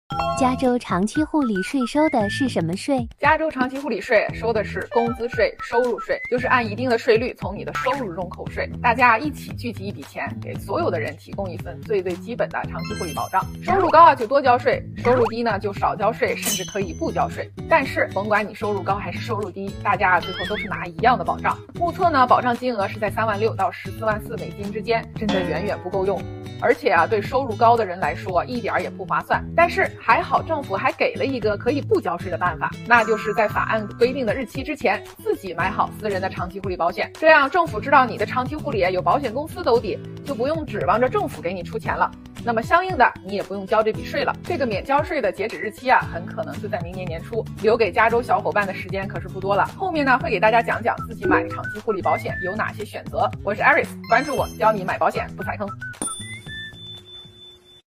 加州长期护理税收的是什么税？ 加州长期护理税收的是工资税、收入税，就是按一定的税率从你的收入中扣税，大家一起聚集一笔钱，给所有的人提供一份最基本的长期护理保障。收入高就多交税，收入低呢就少交税，甚至可以不交税。但是甭管你收入高还是收入低，大家最后都是拿一样的保障。目测呢，保障金额是在3.6万到14.4万美金之间，真的远远不够用。而且对收入高的人来说一点也不划算。但是还好政府还给了一个可以不交税的办法，那就是在法案规定的日期之前自己买好私人的长期护理保险，这样政府知道你的长期护理有保险公司兜底，就不用指望着政府给你出钱了。那么相应的你也不用交这笔税了。这个免交税的截止日期很可能就在明年年初，留给加州小伙伴的时间可是不多了。后面呢会给大家讲讲自己买长期护理保险有哪些选择。我是 Aris， 关注我，教你买保险不踩坑。